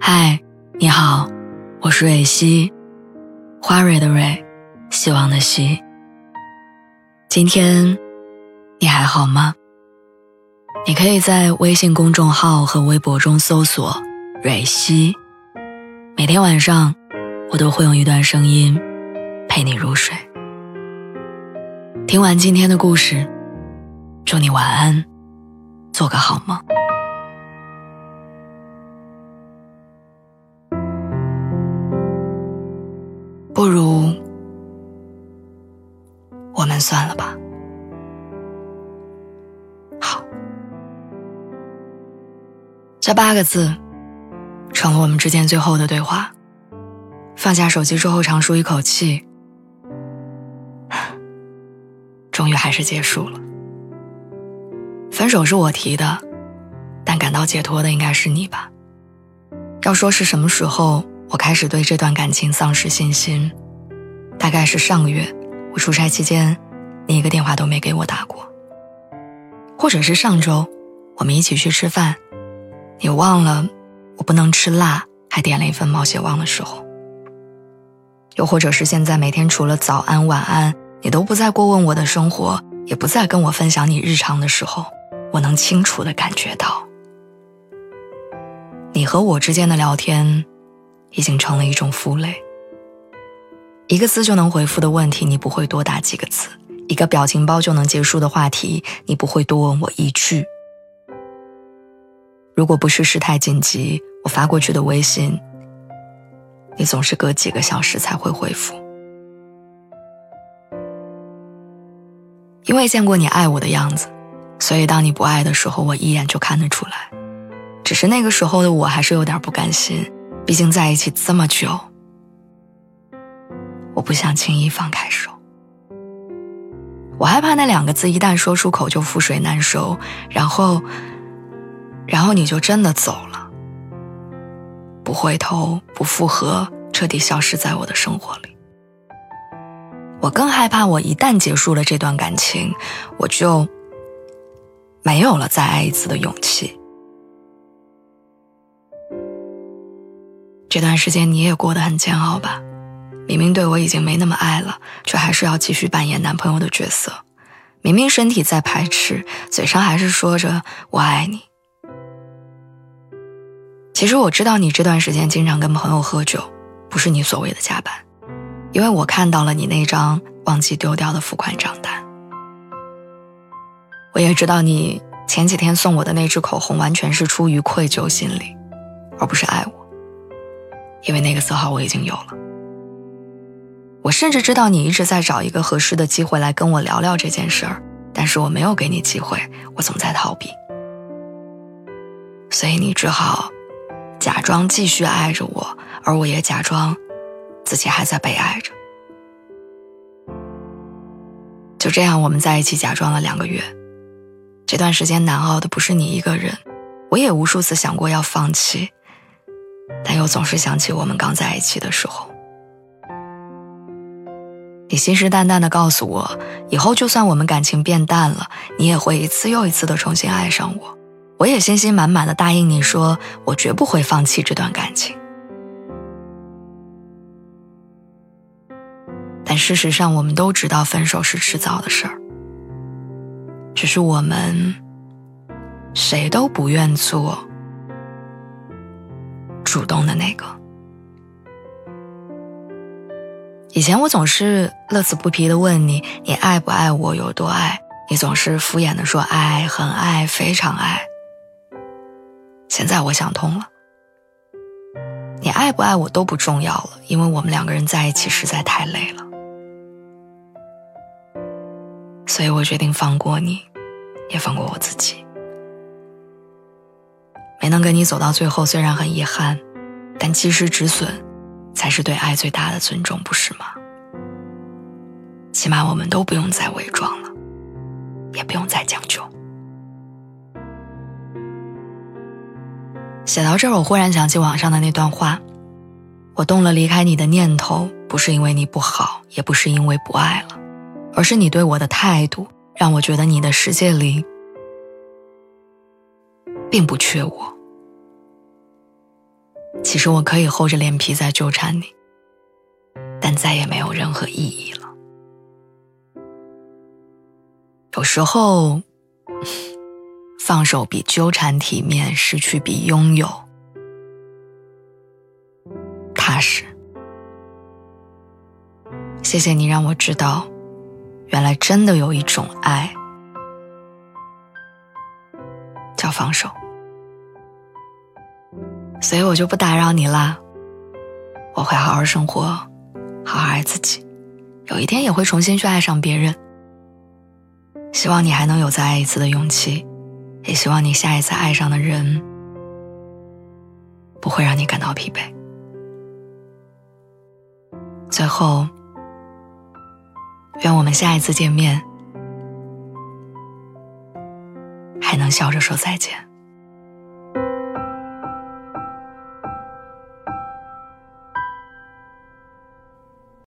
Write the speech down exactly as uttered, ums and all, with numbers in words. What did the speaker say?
嗨，你好，我是蕊希，花蕊的蕊，希望的希。今天你还好吗？你可以在微信公众号和微博中搜索蕊希，每天晚上我都会用一段声音陪你入睡。听完今天的故事，祝你晚安，做个好梦。不如我们算了吧。好，这八个字成了我们之间最后的对话。放下手机之后长舒一口气，终于还是结束了。分手是我提的，但感到解脱的应该是你吧。要说是什么时候我开始对这段感情丧失信心，大概是上个月我出差期间你一个电话都没给我打过，或者是上周我们一起去吃饭，你忘了我不能吃辣还点了一份毛血旺的时候，又或者是现在每天除了早安晚安你都不再过问我的生活，也不再跟我分享你日常的时候，我能清楚地感觉到你和我之间的聊天已经成了一种负累。一个字就能回复的问题，你不会多打几个字；一个表情包就能结束的话题，你不会多问我一句。如果不是事态紧急，我发过去的微信，你总是隔几个小时才会回复。因为见过你爱我的样子，所以当你不爱的时候，我一眼就看得出来。只是那个时候的我还是有点不甘心，毕竟在一起这么久，我不想轻易放开手。我害怕那两个字一旦说出口就覆水难收，然后然后你就真的走了，不回头，不复合，彻底消失在我的生活里。我更害怕我一旦结束了这段感情，我就没有了再爱一次的勇气。这段时间你也过得很煎熬吧？明明对我已经没那么爱了，却还是要继续扮演男朋友的角色。明明身体在排斥，嘴上还是说着我爱你。其实我知道你这段时间经常跟朋友喝酒，不是你所谓的加班，因为我看到了你那张忘记丢掉的付款账单。我也知道你前几天送我的那支口红完全是出于愧疚心理，而不是爱我，因为那个色号我已经有了。我甚至知道你一直在找一个合适的机会来跟我聊聊这件事儿，但是我没有给你机会，我总在逃避。所以你只好假装继续爱着我，而我也假装自己还在被爱着。就这样我们在一起假装了两个月。这段时间难熬的不是你一个人，我也无数次想过要放弃，但又总是想起我们刚在一起的时候。你信誓旦旦地告诉我，以后就算我们感情变淡了，你也会一次又一次地重新爱上我。我也信心满满地答应你说，我绝不会放弃这段感情。但事实上我们都知道分手是迟早的事儿，只是我们谁都不愿做主动的那个。以前我总是乐此不疲地问你，你爱不爱我，有多爱？你总是敷衍地说爱，很爱，非常爱。现在我想通了，你爱不爱我都不重要了，因为我们两个人在一起实在太累了。所以我决定放过你，也放过我自己。没能跟你走到最后虽然很遗憾，但及时止损才是对爱最大的尊重，不是吗？起码我们都不用再伪装了，也不用再将就。写到这儿，我忽然想起网上的那段话，我动了离开你的念头，不是因为你不好，也不是因为不爱了，而是你对我的态度，让我觉得你的世界里并不缺我。 其实我可以厚着脸皮再纠缠你，但再也没有任何意义了。有时候放手比纠缠体面，失去比拥有踏实。谢谢你让我知道，原来真的有一种爱叫放手。所以我就不打扰你啦，我会好好生活，好好爱自己，有一天也会重新去爱上别人。希望你还能有再爱一次的勇气，也希望你下一次爱上的人不会让你感到疲惫。最后，愿我们下一次见面还能笑着说再见。